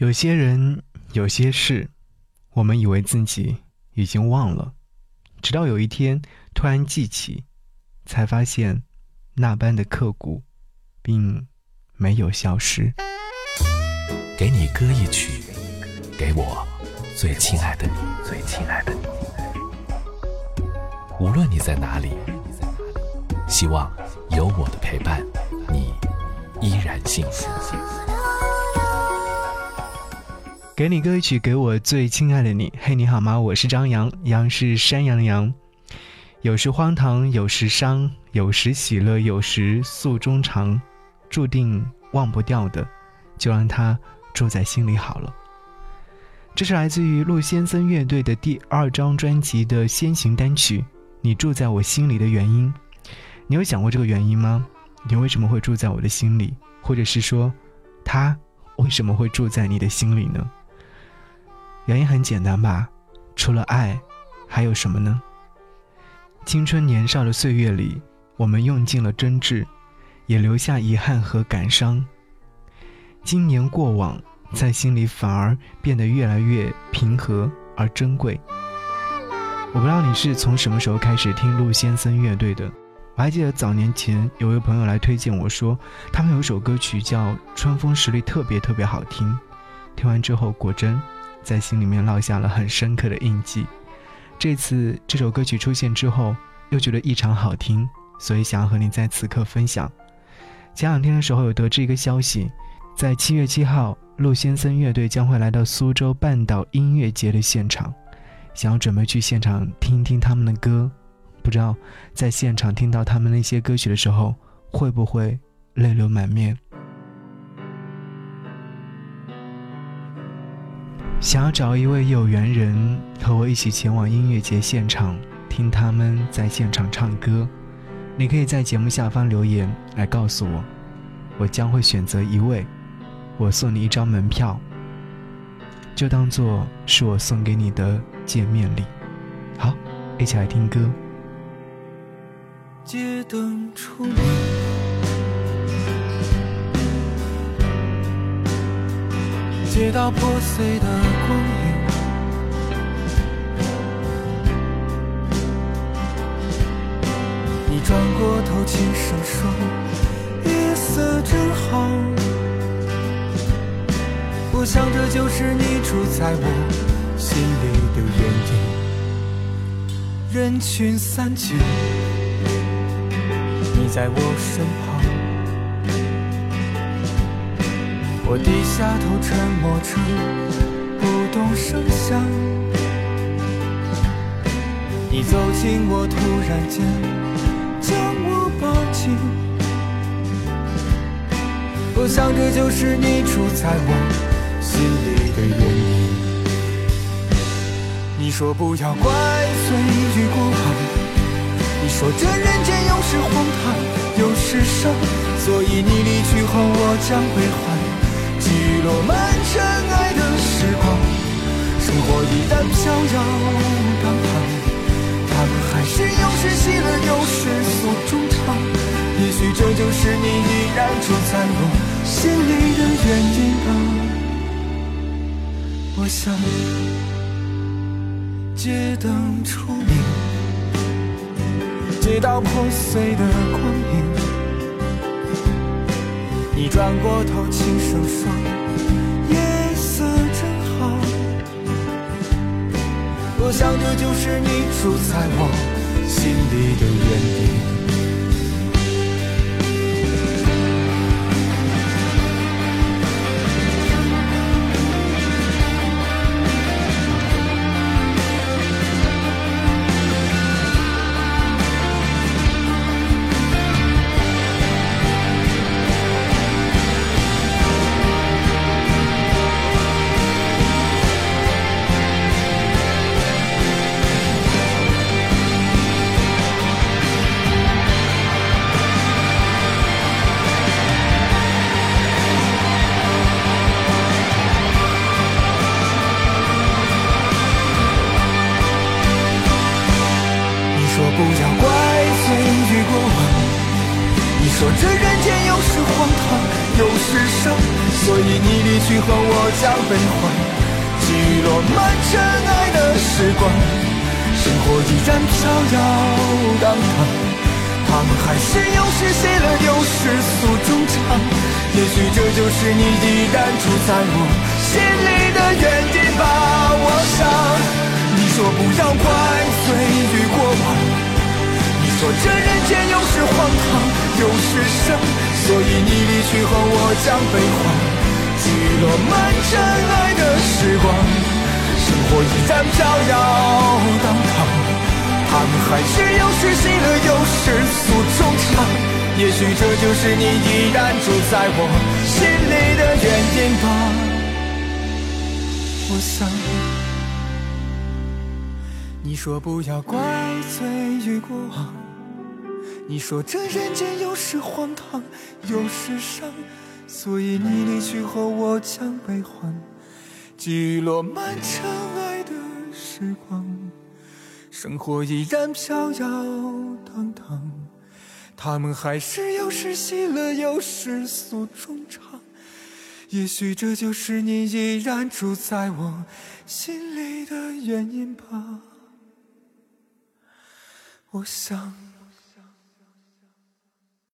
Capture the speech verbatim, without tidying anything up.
有些人，有些事，我们以为自己已经忘了，直到有一天突然记起，才发现那般的刻骨并没有消失。 给你歌一曲，给我最亲爱的你，最亲爱的你。无论你在哪里，希望有我的陪伴，你依然幸福。 给你歌曲，给我最亲爱的你。嘿，你好吗？我是张扬，杨是山羊的羊。有时荒唐，有时伤，有时喜乐，有时诉衷肠，注定忘不掉的，就让它住在心里好了。这是来自于陆先生乐队的第二张专辑的先行单曲《你住在我心里的原因》。你有想过这个原因吗？你为什么会住在我的心里？或者是说，他为什么会住在你的心里呢？原因很简单吧，除了爱，还有什么呢？青春年少的岁月里，我们用尽了真挚，也留下遗憾和感伤。今年过往，在心里反而变得越来越平和而珍贵。我不知道你是从什么时候开始听陆先生乐队的，我还记得早年前有位朋友来推荐我说，他们有一首歌曲叫《春风十里》，特别特别好听。听完之后，果真在心里面烙下了很深刻的印记。这次这首歌曲出现之后，又觉得异常好听，所以想要和你在此刻分享。前两天的时候有得知一个消息，在七月七号，陆先生乐队将会来到苏州半岛音乐节的现场，想要准备去现场听听他们的歌。不知道在现场听到他们那些歌曲的时候，会不会泪流满面。想要找一位有缘人和我一起前往音乐节现场，听他们在现场唱歌。你可以在节目下方留言来告诉我，我将会选择一位，我送你一张门票，就当作是我送给你的见面礼。好，一起来听歌。 街灯初明，街道破碎的光影，你转过头轻声说，夜色真好。我想这就是你住在我心里的原因。人群散尽，你在我身旁，我低下头沉默着，不动声响。你走近我，突然间将我抱紧，我想这就是你住在我心里的原因。你说不要怪罪于过往，你说这人间有时荒唐，有时伤，所以你离去后我将归还，记落满尘爱的时光。生活一旦飘摇荡漾，他们还是有时喜乐，有时诉衷肠。也许这就是你依然住在我心里的原因吧。我想街灯初明，街道破碎的光影，你转过头轻声说，夜色真好。我想这就是你住在我心里的原因。不要怪罪于过往，你说这人间有时荒唐，有时伤，所以你离去后我将悲欢，击落满尘埃的时光。生活依然飘摇荡荡，他们还是有时喜乐有时诉衷肠。也许这就是你依然住在我心里的原因吧。我想你说不要怪罪于过往，你说这人间有时荒唐有时伤，所以你离去后我将悲欢，击落满尘埃的时光。生活依然飘摇荡荡，他们还是有时喜乐有时诉衷肠。也许这就是你依然住在我心里的原因吧。我想你说不要怪罪于过往，你说这人间有时荒唐有时伤，所以你离去后我将悲欢，击落满尘埃的时光。生活依然飘摇荡荡，他们还是有时喜乐有时诉衷肠。也许这就是你依然住在我心里的原因吧。我想